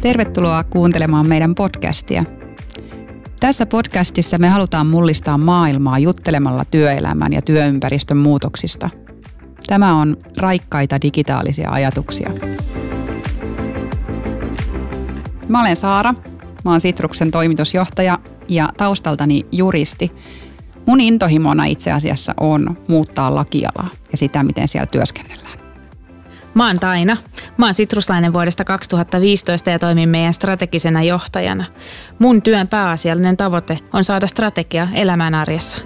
Tervetuloa kuuntelemaan meidän podcastia. Tässä podcastissa me halutaan mullistaa maailmaa juttelemalla työelämän ja työympäristön muutoksista. Tämä on Raikkaita digitaalisia ajatuksia. Mä olen Saara, mä oon Citruksen toimitusjohtaja ja taustaltani juristi. Mun intohimona itse asiassa on muuttaa lakialaa ja sitä, miten siellä työskennellään. Mä oon Taina. Mä oon citruslainen vuodesta 2015 ja toimin meidän strategisena johtajana. Mun työn pääasiallinen tavoite on saada strategia elämään arjessa.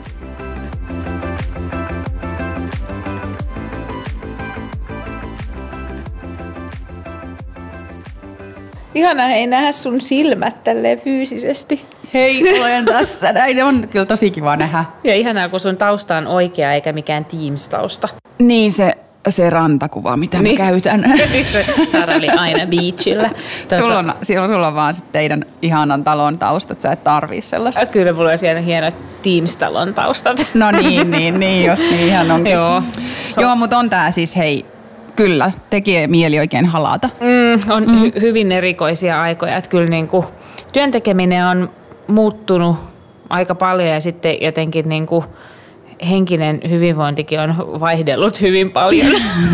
Ihana hei nähdä sun silmät tälleen fyysisesti. Hei, olen tässä. Näin on kyllä tosi kiva nähdä. Ja ihanaa, kun sun tausta on oikea eikä mikään Teams-tausta. Niin se rantakuva, mitä mä käytän. Saara oli aina beachillä. Sulla on vaan sit teidän ihanan talon taustat, sä et tarvii sellaista. Kyllä mulla on siellä hienot Teams-talon taustat. No niin, just niin ihan onkin. Joo, mutta on tää siis hei, kyllä, tekee mieli oikein halata. On hyvin erikoisia aikoja, että kyllä niinku työn tekeminen on muuttunut aika paljon ja sitten jotenkin niinku henkinen hyvinvointikin on vaihdellut hyvin paljon.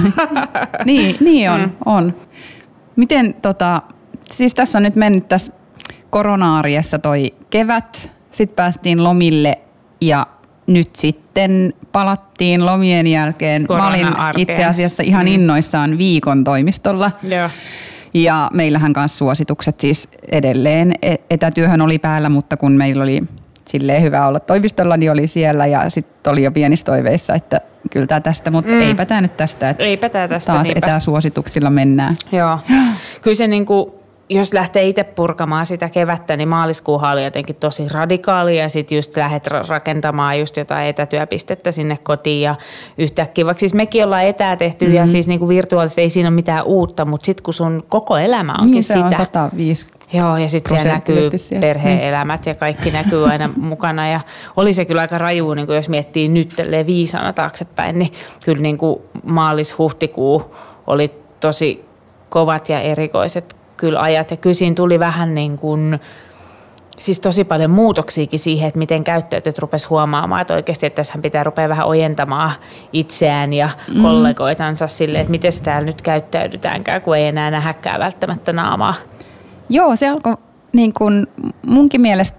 niin on. Miten siis tässä on nyt mennyt tässä korona-arjessa toi kevät, sitten päästiin lomille ja nyt sitten palattiin lomien jälkeen. Mä olin itse asiassa ihan innoissaan viikon toimistolla. Joo. Ja meillähän kanssa suositukset siis edelleen etätyöhön oli päällä, mutta kun meillä oli silleen hyvä olla toimistolla, niin oli siellä ja sitten oli jo pienissä toiveissa, että kyllä tämä tästä, mutta eipä tämä nyt tästä. Että eipä tämä tästä. taas etäsuosituksilla mennään. Joo. Kyllä se niinku, jos lähtee itse purkamaan sitä kevättä, niin maaliskuuhan oli jotenkin tosi radikaalia ja sitten just lähdet rakentamaan just jotain etätyöpistettä sinne kotiin ja yhtäkkiä, vaikka siis mekin ollaan etää tehty ja siis niinku virtuaalisesti ei siinä ole mitään uutta, mutta sitten kun sun koko elämä onkin niin, sitä. On 105. Joo, ja sitten siellä näkyy perhe-elämät ja kaikki näkyy aina mukana. Ja oli se kyllä aika raju, niin jos miettii nyt viisana taaksepäin, niin kyllä niin kuin maalis-huhtikuu oli tosi kovat ja erikoiset kyllä ajat. Ja kyllä siinä tuli vähän niin kuin, siis tosi paljon muutoksiakin siihen, että miten käyttäjät rupesi huomaamaan, että oikeasti että tässähän pitää rupea vähän ojentamaan itseään ja kollegoitansa silleen, että miten täällä nyt käyttäydytäänkään, kun ei enää nähäkään välttämättä naamaa. Joo, se alkoi niin kuin munkin mielestä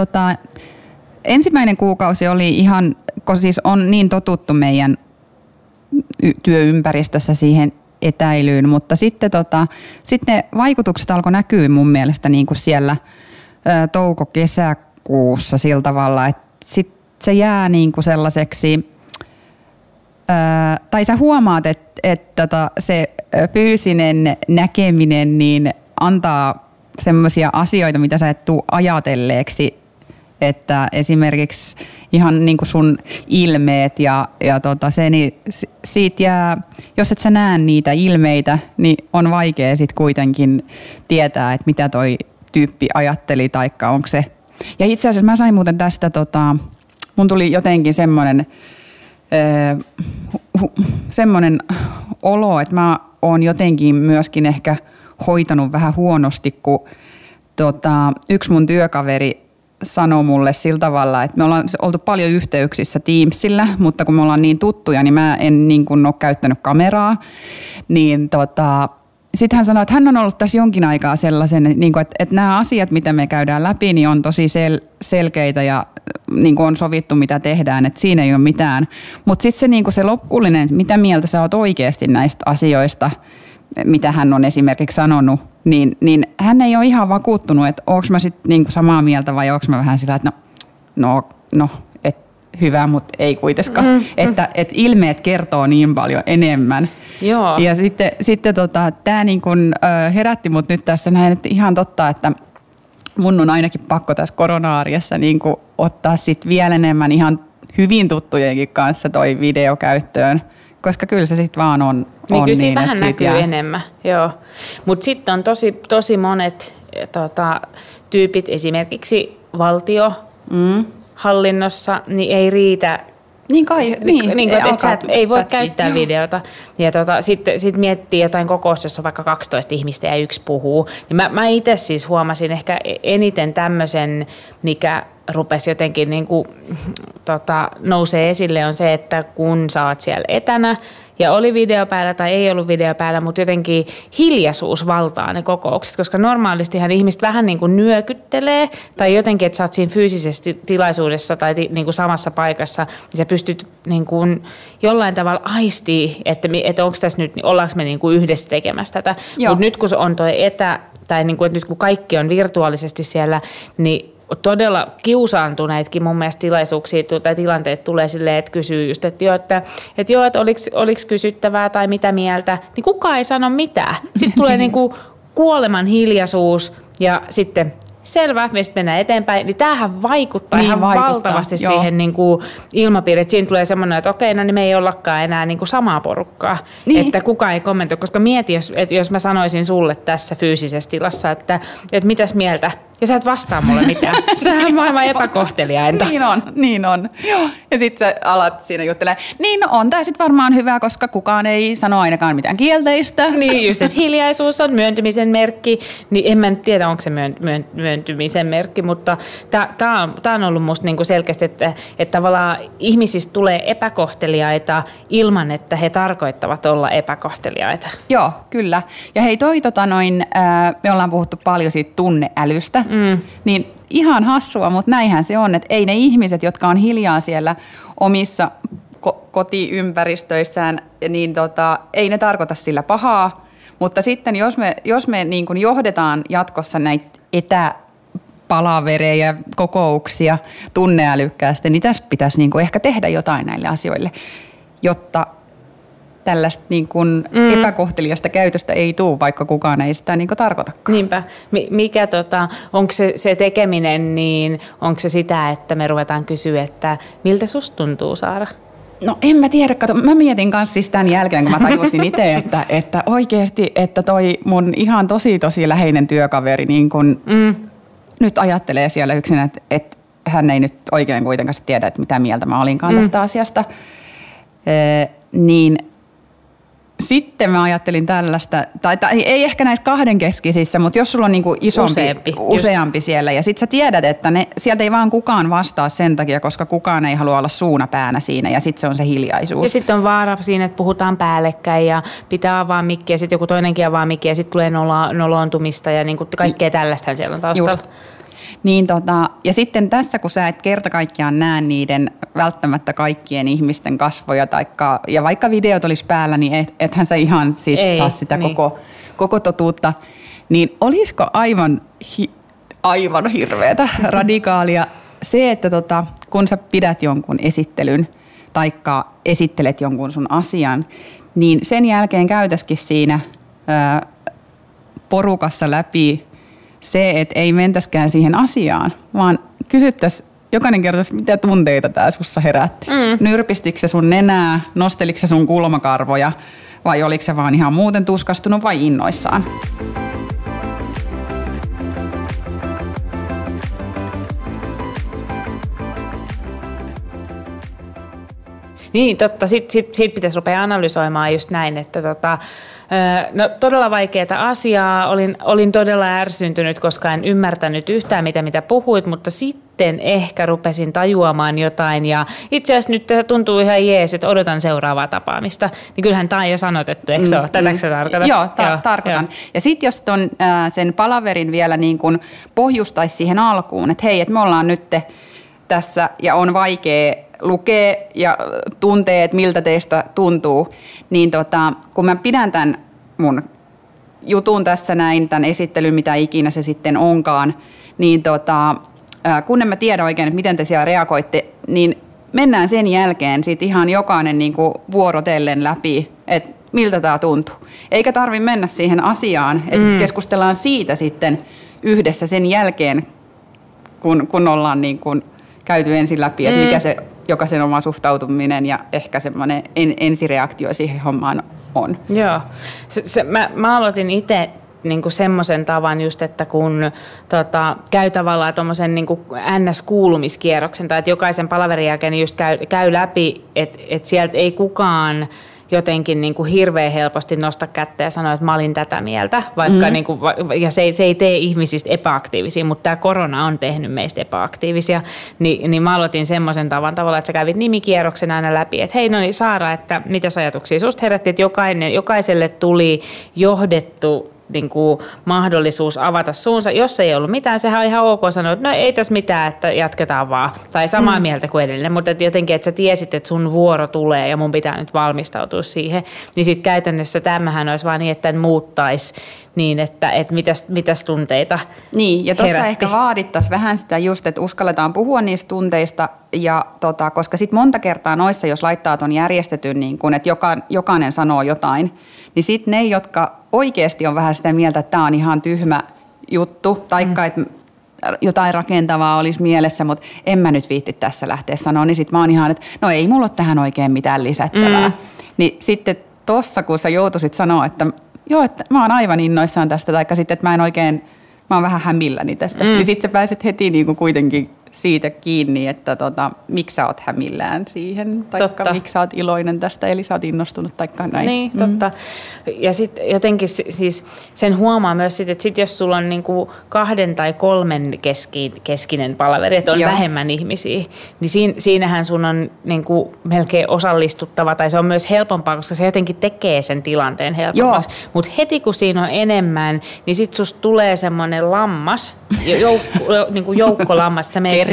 ensimmäinen kuukausi oli ihan, kun siis on niin totuttu meidän työympäristössä siihen etäilyyn, mutta sitten ne vaikutukset alkoi näkyä mun mielestä niin kuin siellä touko-kesäkuussa sillä tavalla, että sit se jää niin kuin sellaiseksi, tai sä huomaat, että se fyysinen näkeminen niin antaa semmoisia asioita, mitä sä et tuu ajatelleeksi, että esimerkiksi ihan niin kuin sun ilmeet ja se, niin siitä jää, jos et sä näe niitä ilmeitä, niin on vaikea sit kuitenkin tietää, että mitä toi tyyppi ajatteli taikka onko se. Ja itse asiassa mä sain muuten tästä, mun tuli jotenkin semmoinen olo, että mä oon jotenkin myöskin ehkä hoitanut vähän huonosti, kun yksi mun työkaveri sanoi mulle sillä tavalla, että me ollaan oltu paljon yhteyksissä Teamsillä, mutta kun me ollaan niin tuttuja, niin mä en niin kuin ole käyttänyt kameraa, niin sitten hän sanoi, että hän on ollut tässä jonkin aikaa sellaisen, niin kuin, että nämä asiat, mitä me käydään läpi, niin on tosi selkeitä ja niin kuin on sovittu, mitä tehdään, että siinä ei ole mitään. Mutta sitten se, niin kuin se loppullinen, mitä mieltä sä oot oikeasti näistä asioista, mitä hän on esimerkiksi sanonut, niin hän ei ole ihan vakuuttunut, että onko mä sitten niinku samaa mieltä vai onko mä vähän sillä, että no hyvä, mutta ei kuitenkaan. Että ilmeet kertoo niin paljon enemmän. Joo. Ja sitten tämä niin kun herätti mut nyt tässä näin, että ihan totta, että mun on ainakin pakko tässä korona-arjessa niin kun ottaa sitten vielä enemmän ihan hyvin tuttujenkin kanssa toi video käyttöön. Koska kyllä se sitten vaan on kyllä niin, siinä vähän näkyy enemmän, joo. Mutta sitten on tosi monet tyypit, esimerkiksi valtiohallinnossa, niin ei riitä Niin kai, ei voi käyttää videota. Ja sitten miettii jotain kokousta, jossa vaikka 12 ihmistä ja yksi puhuu. Niin mä itse siis huomasin ehkä eniten tämmöisen, mikä rupesi jotenkin niin kuin, nousee esille, on se, että kun sä oot siellä etänä ja oli video päällä tai ei ollut video päällä, mutta jotenkin hiljaisuus valtaa ne kokoukset, koska normaalistihan ihmiset vähän niin kuin nyökyttelee tai jotenkin, että sä oot siinä fyysisessä tilaisuudessa tai niin kuin samassa paikassa, niin sä pystyt niin kuin jollain tavalla aistii, että onko tässä nyt, ollaanko me niin kuin yhdessä tekemässä tätä, mutta nyt kun on toi tai niin kuin, että nyt kun kaikki on virtuaalisesti siellä, niin todella kiusaantuneetkin mun mielestä tilaisuuksia tai tilanteet tulee silleen, että kysyy just, että oliko kysyttävää tai mitä mieltä, niin kukaan ei sano mitään. Sitten tulee niinku kuoleman hiljaisuus ja sitten selvä, me sitten mennään eteenpäin, niin tämähän vaikuttaa ihan valtavasti siihen niinku ilmapiiriin, että siinä tulee semmoinen, että okei, no niin me ei ollakaan enää niinku samaa porukkaa, että kukaan ei kommentoi, koska mieti, jos mä sanoisin sulle tässä fyysisessä tilassa, että mitäs mieltä, ja sä et vastaa mulle mitään. Sehän on maailman epäkohteliainta. Niin on. Joo. Ja sitten sä alat siinä juttelemaan, niin no on tää sitten varmaan hyvä, koska kukaan ei sano ainakaan mitään kielteistä. Niin just, että hiljaisuus on myöntymisen merkki, niin en mä nyt tiedä, onko se myöntymisen merkki, mutta tää on ollut musta niinku selkeästi, että tavallaan ihmisistä tulee epäkohteliaita ilman, että he tarkoittavat olla epäkohteliaita. Joo, kyllä. Ja hei me ollaan puhuttu paljon siitä tunneälystä, niin ihan hassua, mutta näinhän se on, että ei ne ihmiset, jotka on hiljaa siellä omissa kotiympäristöissään, niin ei ne tarkoita sillä pahaa, mutta sitten jos me niin kuin johdetaan jatkossa näitä etäpalavereja, kokouksia tunneälykkäästi, niin tässä pitäisi niin kuin ehkä tehdä jotain näille asioille, jotta tällaista niin kuin epäkohteliasta käytöstä ei tule, vaikka kukaan ei sitä niin kuin tarkoitakaan. Niinpä. Mikä onko se tekeminen, niin onko se sitä, että me ruvetaan kysyä, että miltä susta tuntuu, Saara? No en mä tiedä, kato. Mä mietin kanssa siis tämän jälkeen, kun mä tajusin itse, että oikeasti, että toi mun ihan tosi läheinen työkaveri niin kun nyt ajattelee siellä yksin, että hän ei nyt oikein kuitenkaan tiedä, että mitä mieltä mä olinkaan tästä asiasta, niin sitten mä ajattelin tällaista, tai ei ehkä näissä kahdenkeskisissä, mutta jos sulla on niinku useampi siellä ja sit sä tiedät, että sieltä ei vaan kukaan vastaa sen takia, koska kukaan ei halua olla suuna päänä siinä ja sitten se on se hiljaisuus. Ja sitten on vaara siinä, että puhutaan päällekkäin ja pitää avaa mikkiä ja sitten joku toinenkin avaa mikkiä ja sitten tulee noloontumista ja niinku kaikkea tällaista siellä on taustalla. Just. Niin ja sitten tässä, kun sä et kerta kaikkiaan näe niiden välttämättä kaikkien ihmisten kasvoja, ja vaikka videot olisi päällä, niin ethän sä ihan saa sitä koko totuutta, niin olisiko aivan hirveätä radikaalia se, että kun sä pidät jonkun esittelyn taikka esittelet jonkun sun asian, niin sen jälkeen käytäisikin siinä porukassa läpi se, että ei mentäskään siihen asiaan, vaan kysyttäisiin, jokainen kertoisi, mitä tunteita tämä sussa herätti. Nyrpistikö se sun nenää, nosteliko se sun kulmakarvoja vai oliko se vaan ihan muuten tuskastunut vai innoissaan? Niin, totta. Sitten pitäisi rupea analysoimaan just näin, että no todella vaikeaa asiaa. Olin todella ärsyntynyt, koska en ymmärtänyt yhtään mitä puhuit, mutta sitten ehkä rupesin tajuamaan jotain ja itse asiassa nyt tuntuu ihan jees, että odotan seuraavaa tapaamista. Niin kyllähän tämä on jo sanotettu, eikö se ole? Tätäkö sä tarkoitat? Joo, tarkoitan. Jo. Ja sitten jos sen palaverin vielä niin kuin pohjustaisi siihen alkuun, että hei, että me ollaan nyt tässä ja on vaikea lukee ja tuntee, että miltä teistä tuntuu, niin kun mä pidän tämän mun jutun tässä näin, tämän esittelyn, mitä ikinä se sitten onkaan, niin kun en mä tiedä oikein, että miten te siellä reagoitte, niin mennään sen jälkeen sit ihan jokainen niin kuin vuorotellen läpi, että miltä tämä tuntuu. Eikä tarvitse mennä siihen asiaan, että keskustellaan siitä sitten yhdessä sen jälkeen, kun ollaan niin kuin käyty ensin läpi, että mikä se jokaisen oma suhtautuminen ja ehkä semmoinen ensireaktio siihen hommaan on. Joo. Mä aloitin itse niinku semmoisen tavan just, että kun käy tavallaan tuommoisen niinku NS-kuulumiskierroksen tai että jokaisen palaverin jälkeen niin just käy läpi, että sieltä ei kukaan jotenkin niin kuin hirveän helposti nosta kättä ja sanoa, että mä olin tätä mieltä, vaikka niin kuin, ja se ei tee ihmisistä epäaktiivisia, mutta tämä korona on tehnyt meistä epäaktiivisia, niin mä aloitin semmoisen tavan tavalla, että sä kävit nimikierroksen aina läpi, että hei, no niin Saara, että mitäs ajatuksia susta herätti, että jokaiselle tuli johdettu niin kuin mahdollisuus avata suunsa. Jos ei ollut mitään, sehän on ihan ok sanoa, että no ei tässä mitään, että jatketaan vaan. Tai samaa mieltä kuin edellinen, mutta jotenkin, että sä tiesit, että sun vuoro tulee ja mun pitää nyt valmistautua siihen. Niin sitten käytännössä tämähän olisi vaan niin, että en muuttaisi niin, että mitäs tunteita niin, ja tuossa ehkä vaadittaisiin vähän sitä just, että uskalletaan puhua niistä tunteista, ja koska sitten monta kertaa noissa, jos laittaa ton järjestetyn, niin kun, että jokainen sanoo jotain, niin sitten ne, jotka oikeasti on vähän sitä mieltä, että tämä on ihan tyhmä juttu, taikka että jotain rakentavaa olisi mielessä, mutta en mä nyt viitti tässä lähteä sanoa, niin sitten mä oon ihan, että no ei mulla ole tähän oikein mitään lisättävää. Niin sitten tossa, kun sä joutuisit sanoa, että joo, että mä oon aivan innoissaan tästä, taikka sitten, että mä oon vähän hämilläni tästä, niin sitten sä pääset heti niin kuin kuitenkin siitä kiinni, että miksi sä oot hämillään siihen, taikka miksi sä oot iloinen tästä, eli sä oot innostunut, taikka näin. Niin, totta. Ja sitten jotenkin siis sen huomaa myös, että sit jos sulla on niinku 2 tai 3 keskinen palaveri, että on vähemmän ihmisiä, niin siinähän sun on niinku melkein osallistuttava, tai se on myös helpompaa, koska se jotenkin tekee sen tilanteen helpommaksi. Mutta heti kun siinä on enemmän, niin sit susta tulee semmoinen lammas, niinku joukkolammas, että sä menet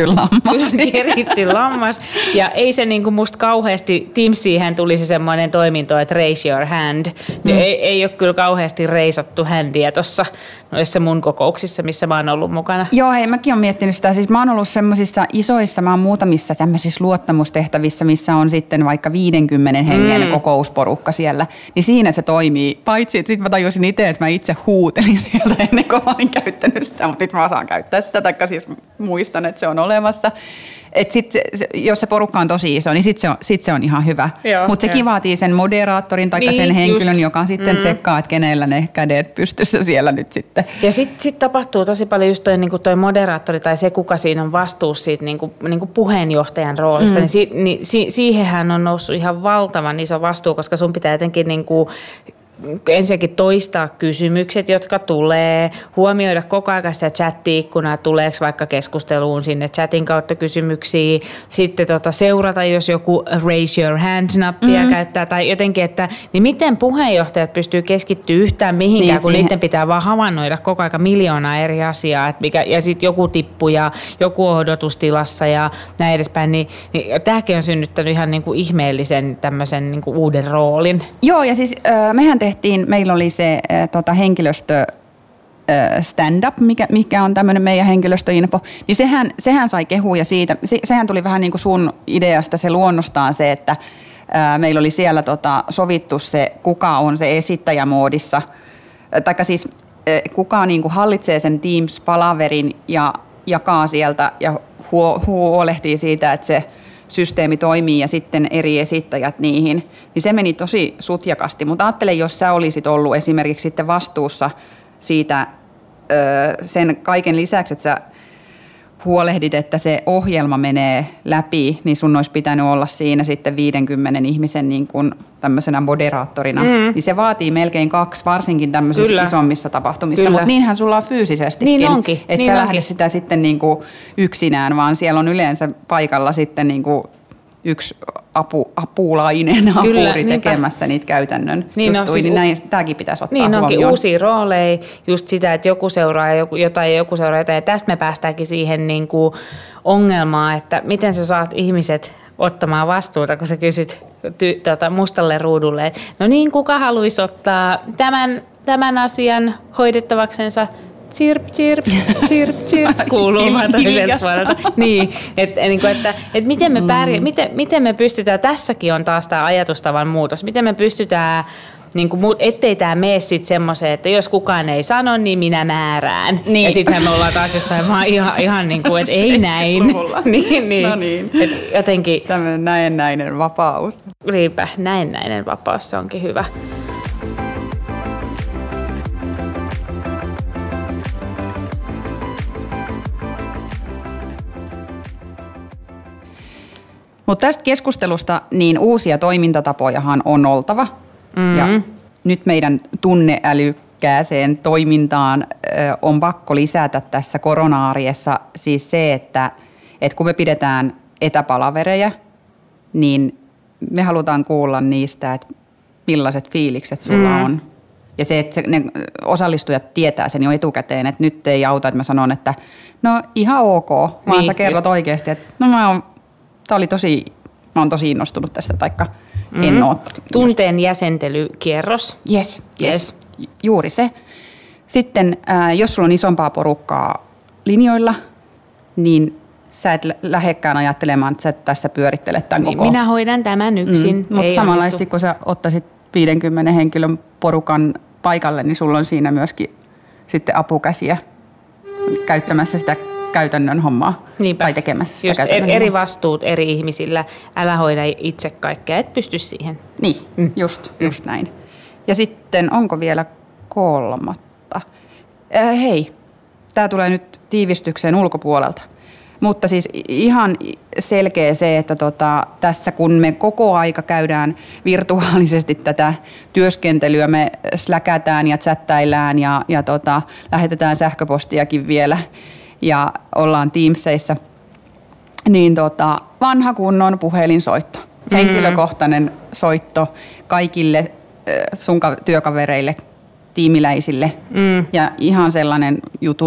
keritty lammas. Ja ei se niinku musta kauheasti, Teamsiin tulisi semmoinen toiminto, että raise your hand. Ei ole kyllä kauheasti reisattu händiä tuossa noissa mun kokouksissa, missä mä oon ollut mukana. Joo, hei, mäkin oon miettinyt sitä. Siis mä oon ollut semmoisissa isoissa, mä oon muutamissa tämmöisissä luottamustehtävissä, missä on sitten vaikka 50 hengen kokousporukka siellä. Niin siinä se toimii. Paitsi, että sit mä tajusin itse, että mä itse huutelin sieltä ennen kuin mä olin käyttänyt sitä, mutta nyt mä osaan käyttää sitä, taikka siis muistan, että se on olemassa. Et jos se porukka on tosi iso, niin sit se on ihan hyvä. Mutta sekin vaatii sen moderaattorin tai sen henkilön, joka sitten tsekkaa, että kenellä ne kädet pystyssä siellä nyt sitten. Ja sitten tapahtuu tosi paljon just toi moderaattori tai se, kuka siinä on vastuussa siitä niinku puheenjohtajan roolista. Niin siihenhän on noussut ihan valtavan iso vastuu, koska sun pitää jotenkin niinku ensinnäkin toistaa kysymykset, jotka tulee, huomioida koko ajan sitä chat-ikkunaa, tuleeko vaikka keskusteluun sinne chatin kautta kysymyksiä, sitten seurata, jos joku raise your hand-nappia käyttää tai jotenkin, että niin miten puheenjohtajat pystyy keskittyä yhtään mihinkään, niin, kun niiden pitää vaan havainnoida koko ajan miljoonaa eri asiaa, ja sitten joku tippu ja joku odotustilassa ja näin edespäin, niin tämäkin on synnyttänyt ihan niin kuin ihmeellisen tämmöisen niin kuin uuden roolin. Joo, ja siis mehän meillä oli se henkilöstö stand-up, mikä on tämmöinen meidän henkilöstöinfo, niin sehän sai kehuja siitä. Sehän tuli vähän niin kuin sun ideasta se luonnostaan se, että meillä oli siellä sovittu se, kuka on se esittäjämoodissa, taikka siis kuka niin kuin hallitsee sen Teams-palaverin ja jakaa sieltä ja huolehtii siitä, että se systeemi toimii ja sitten eri esittäjät niihin, niin se meni tosi sutjakasti. Mutta ajattele, jos sä olisit ollut esimerkiksi sitten vastuussa siitä sen kaiken lisäksi, että sä huolehdit, että se ohjelma menee läpi, niin sun olisi pitänyt olla siinä sitten 50 ihmisen niin kuin tämmöisenä moderaattorina. Niin se vaatii melkein 2, varsinkin tämmöisissä isommissa tapahtumissa. Mutta niinhän sulla on fyysisestikin. Niin onkin. Että sä lähde sitä sitten niin kuin yksinään, vaan siellä on yleensä paikalla sitten niin kuin yksi apulainen apuri tekemässä niitä käytännön juttuja, siis niin tämäkin pitäisi ottaa huomioon. Niin onkin uusia rooleja, just sitä, että joku seuraa jotain ja joku seuraa jotain. Ja tästä me päästäänkin siihen niin kuin ongelmaan, että miten sä saat ihmiset ottamaan vastuuta, kun sä kysyt mustalle ruudulle, että no niin, kuka haluaisi ottaa tämän asian hoidettavaksensa? Chirp, chirp, chirp, chirp, kuuluu toiselta puolelta. Niin, että miten me miten me pystytään, tässäkin on taas tämä ajatustavan muutos, miten me pystytään, niin kuin, ettei tämä mene sitten semmoiseen, että jos kukaan ei sano, niin minä määrään. Niin. Ja sittenhän me ollaan taas jossain vaan ihan niin kuin, että ei näin. niin. No niin. Et jotenkin tämmöinen näennäinen vapaus. Niinpä, näennäinen vapaus, se onkin hyvä. Mutta tästä keskustelusta niin uusia toimintatapojahan on oltava. Ja nyt meidän tunneälykkääseen toimintaan on pakko lisätä tässä korona-arjessa siis se, että kun me pidetään etäpalavereja, niin me halutaan kuulla niistä, että millaiset fiilikset sulla on. Ja se, että ne osallistujat tietää sen jo etukäteen, että nyt ei auta, että mä sanon, että no ihan ok, vaan niin, sä kerrot oikeasti, että no mä oon tosi innostunut tästä, taikka en ole. Tunteen jäsentelykierros. Yes. Juuri se. Sitten jos sulla on isompaa porukkaa linjoilla, niin sä et lähdekään ajattelemaan, että sä tässä pyörittelet tämän koko. Minä hoidan tämän yksin. Mutta samanlaisesti kun sä ottaisit 50 henkilön porukan paikalle, niin sulla on siinä myöskin sitten apukäsiä käyttämässä sitä käytännön hommaa. Niinpä. Tai tekemässä sitä just käytännön eri hommaa. Vastuut eri ihmisillä. Älä hoida itse kaikkea, et pysty siihen. Niin, just näin. Ja sitten onko vielä kolmatta? Hei, tämä tulee nyt tiivistykseen ulkopuolelta. Mutta siis ihan selkeä se, että tässä kun me koko aika käydään virtuaalisesti tätä työskentelyä, me släkätään ja chattaillaan ja lähetetään sähköpostiakin vielä ja ollaan Teamseissa, niin vanha kunnon puhelinsoitto, henkilökohtainen soitto kaikille sun työkavereille, tiimiläisille ja ihan sellainen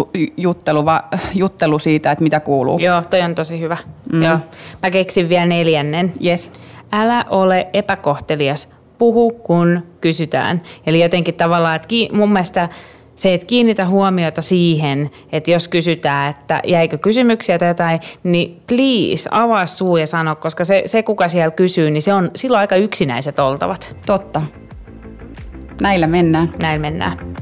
juttelu siitä, että mitä kuuluu. Joo, toi on tosi hyvä. Joo. Mä keksin vielä 4. Yes. Älä ole epäkohtelias, puhu kun kysytään. Eli jotenkin tavallaan, että mun mielestä se, että kiinnitä huomiota siihen, että jos kysytään, että jäikö kysymyksiä tai jotain, niin please avaa suu ja sano, koska se kuka siellä kysyy, niin se on silloin aika yksinäiset oltavat. Totta. Näillä mennään. Näin mennään.